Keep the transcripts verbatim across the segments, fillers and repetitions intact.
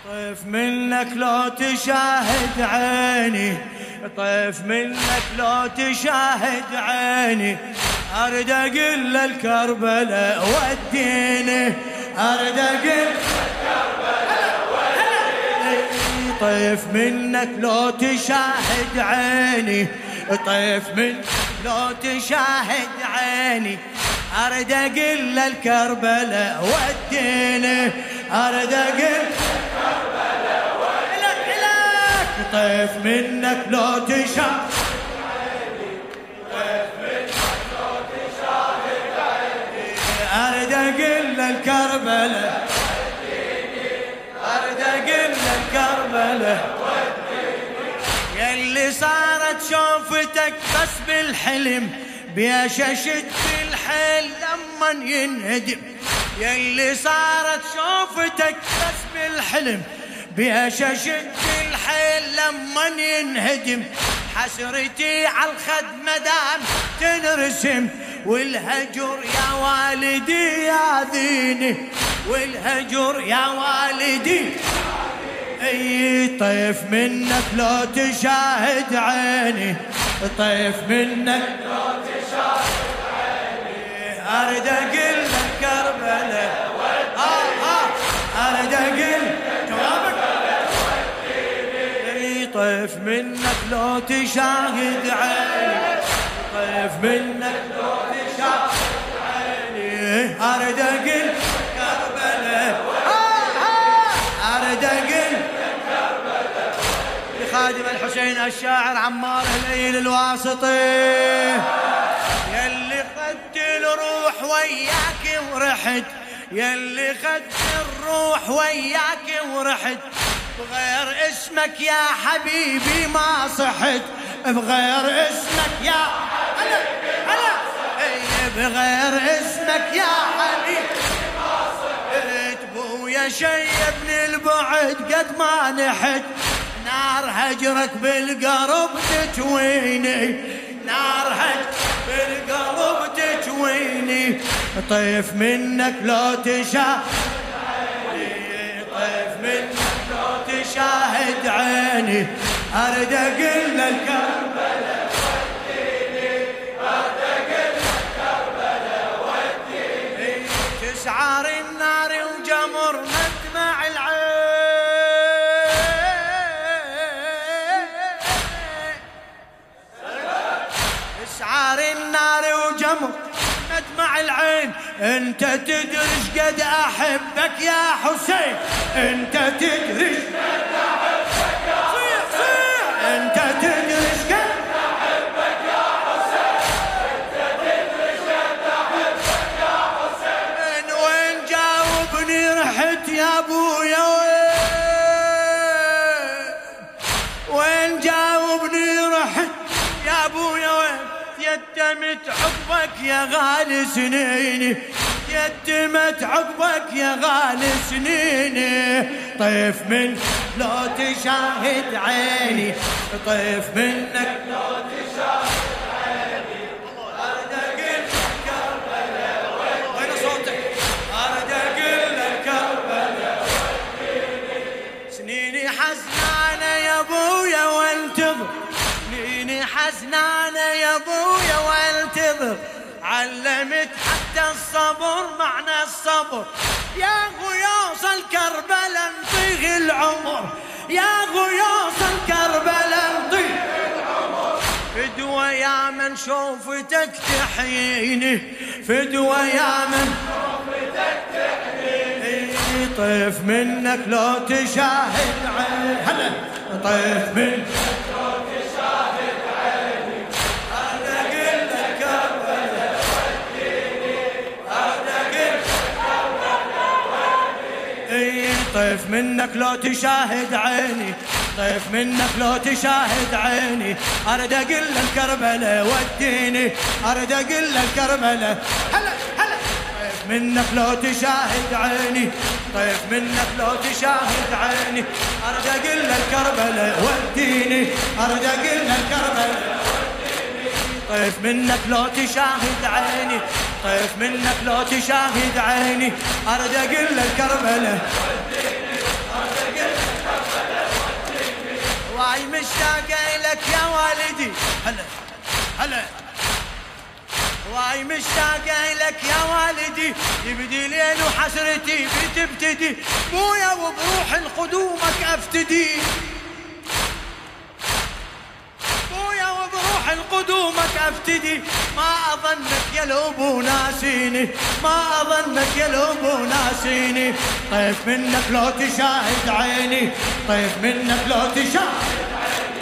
طيف منك لو تشاهد عيني، طيف منك لو تشاهد عيني، أرد أقل الكربلاء وديني، أرد أقل الكربلاء وديني. طيف منك لو تشاهد عيني، طيف منك لو تشاهد عيني، أرد أقل الكربلاء وديني، أرد أقل طيف منك لو تشاهد عيني، طيف منك لو تشاهد عيني، أرد أقل الكربلاء وديني، أرد أقل الكربلاء وديني. ياللي صارت شوفتك بس بالحلم، بيششت بالحيل لما ينهدم، ياللي صارت شوفتك بس بالحلم، بيششت بالحيل لما ينهدم. حسرتي على الخد مدام تنرسم، والهجر يا والدي ياذيني، والهجر يا والدي. اي طيف منك لو تشاهد عيني، طيف منك لو تشاهد عيني، ارد اقل كربلاء اه اه ارد اقل جوابك. طيف منك لو تشاهد عيني، طيف منك لو تشاهد عيني، ارد اقل كربلاء آه آه ارد اقل كربلاء. لخادم الحسين الشاعر عمار هليل الواسطي، يلي خدت الروح وياك ورحت، يلي خدت الروح وياك ورحت، بغير اسمك يا حبيبي ما صحت، بغير اسمك يا هلا هلا اي بغير اسمك يا حبيبي ما صحت. بويا شيبني البعد قد ما نحت، نار هجرك بالقرب تتويني، نار هجرك بالقرب تتويني. طيف منك لو تشاهد عيني، طيف منك تشاهد عيني، أرد أقل الكربلاء وديني، أرد أقل الكربلاء وديني. تسعر النار وجمر مدمع العين، تسعر النار وجمر مدمع العين. انت تدري قد احبك يا حسين، انت تدري قد احبك يا حسين، انت تدري قد احبك يا حسين، انت تدري قد احبك يا حسين. وين جاوبني رحت يا ابويا، وين وين جاوبني رحت يا ابويا، وين يتمت عقبك يا غالي سنيني، يتمت عقبك يا غالي سنيني. طيف من لو تشاهد عيني، طيف منك لو تشاهد عيني، أرد أقل كربلاء وين صوتك، أرد أقل كربلاء وديني. سنيني حزنانة يا ابويا وانتظر، سنيني حزنانة يا ابويا وانتظر، علمت حتى الصبر معنى الصبر. يا غياص الكربلاء انطيه العمر، يا غياص الكربلاء انطيه العمر. فدوى يا من شوفتك تحييني، فدوى يا من شوفتك تحييني. طيف منك لو تشاهد عيني، هلا طيف منك لو تشاهد عيني، أرد أقل الكربلاء وديني، أرد أقل الكربلاء وديني. طيف منك لو تشاهد عيني، طيف منك لو تشاهد عيني، أرد أقل الكربلاء وديني، أرد أقل الكربلاء هلا هلا. طيف منك لو تشاهد عيني، طيف منك لو تشاهد عيني، أرد أقل الكربلاء وديني، أرد أقل الكربلاء وديني. طيف منك لو تشاهد عيني، طيف منك لو تشاهد عيني، أرد أقل الكربلاء وديني، أرد أقل والدي. هلا هلا واي مشتاقة لك يا والدي، يبدي ليل وحسرتي بتبتدي، بويا وبروح القدومك افتدي، بويا وبروح القدومك افتدي، ما اظنك يا لوبو ناسيني، ما اظنك يا لوبو ناسيني، طيب منك لو تشاهد عيني، طيب منك لو تشاهد عيني،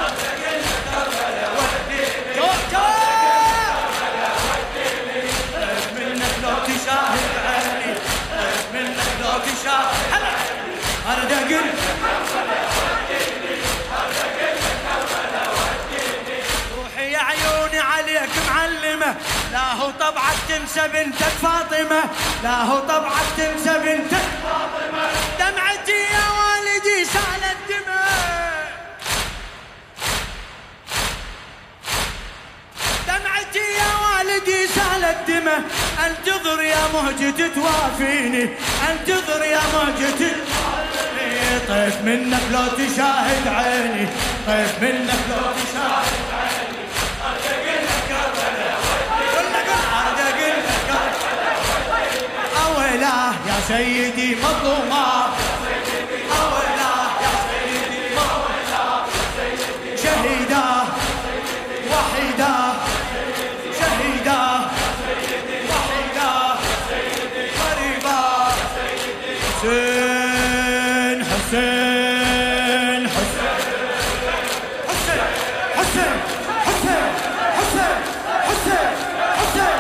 شاهد عيني، منك لو تشاهد. هلا ارد اقول روحي يا عيوني عليك معلمه، لا هو طبعك تنسى بنتك فاطمه، لا هو طبعك تنسى بنتك فاطمه، دمعتي يا والدي سالت دماء، دمعتي يا والدي سالت دمه، انتظر يا مهجة توافيني، انتظر يا مهجة توافيني، طيف منك لو تشاهد عيني، طيف منك لو تشاهد عيني، ارد اقول لك كربلاء ولا ارد اقول لك كربلاء، اويلاه يا سيدي مظلومه، اويلاه يا سيدي مظلومه، شهيده وحيده شهيده حسين حسين حسين حسين حسين حسين حسين حسين حسين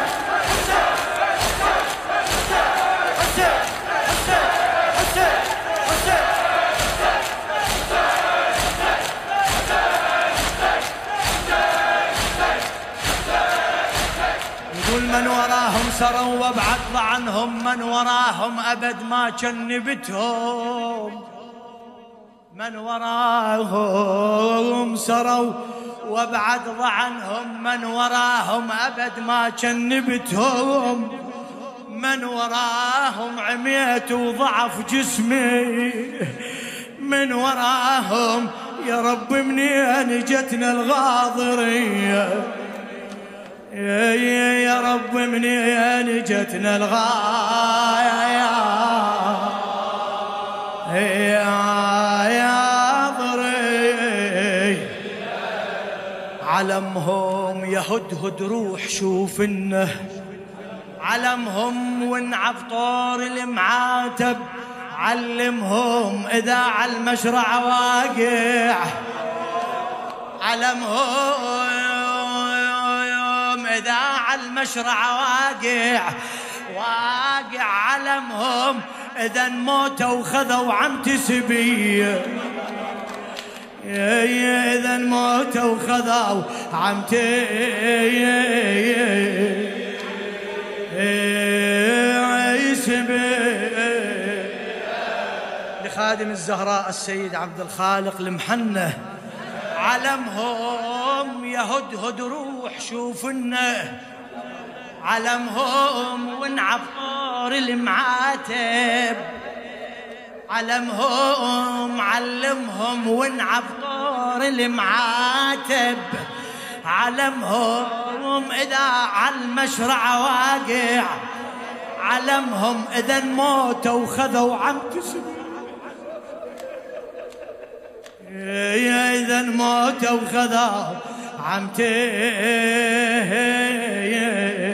يقول من وراهم سروا وابعد عنهم، من وراهم أبد ما جنبتهم، من وراهم سروا وابعد عنهم، من وراهم أبد ما جنبتهم، من وراهم عميت وضعف جسمي، من وراهم يا رب منين جتنا الغاضرية، يا يا رب منين جتنا الغاية يا ضري، علمهم يا هدهد روح شوفنه، علمهم وانعب طور المعاتب، علمهم إذا على المشرع واقع، علمهم إذا على المشرع واقع واقع، علمهم إذا موتوا خذوا عمتي سبية، إذا موتوا خذوا عمتي سبية. لخادم الزهراء السيد عبد الخالق المحنة، علمهم يا هدهد روح شوفنه، علمهم وانعب طور المعاتب، علمهم علمهم وانعب طور المعاتب، علمهم إذا على المشرع واقع، علمهم إذا موتوا خذوا عمتي سبيل، يا إذا موتوا خذوا عمتي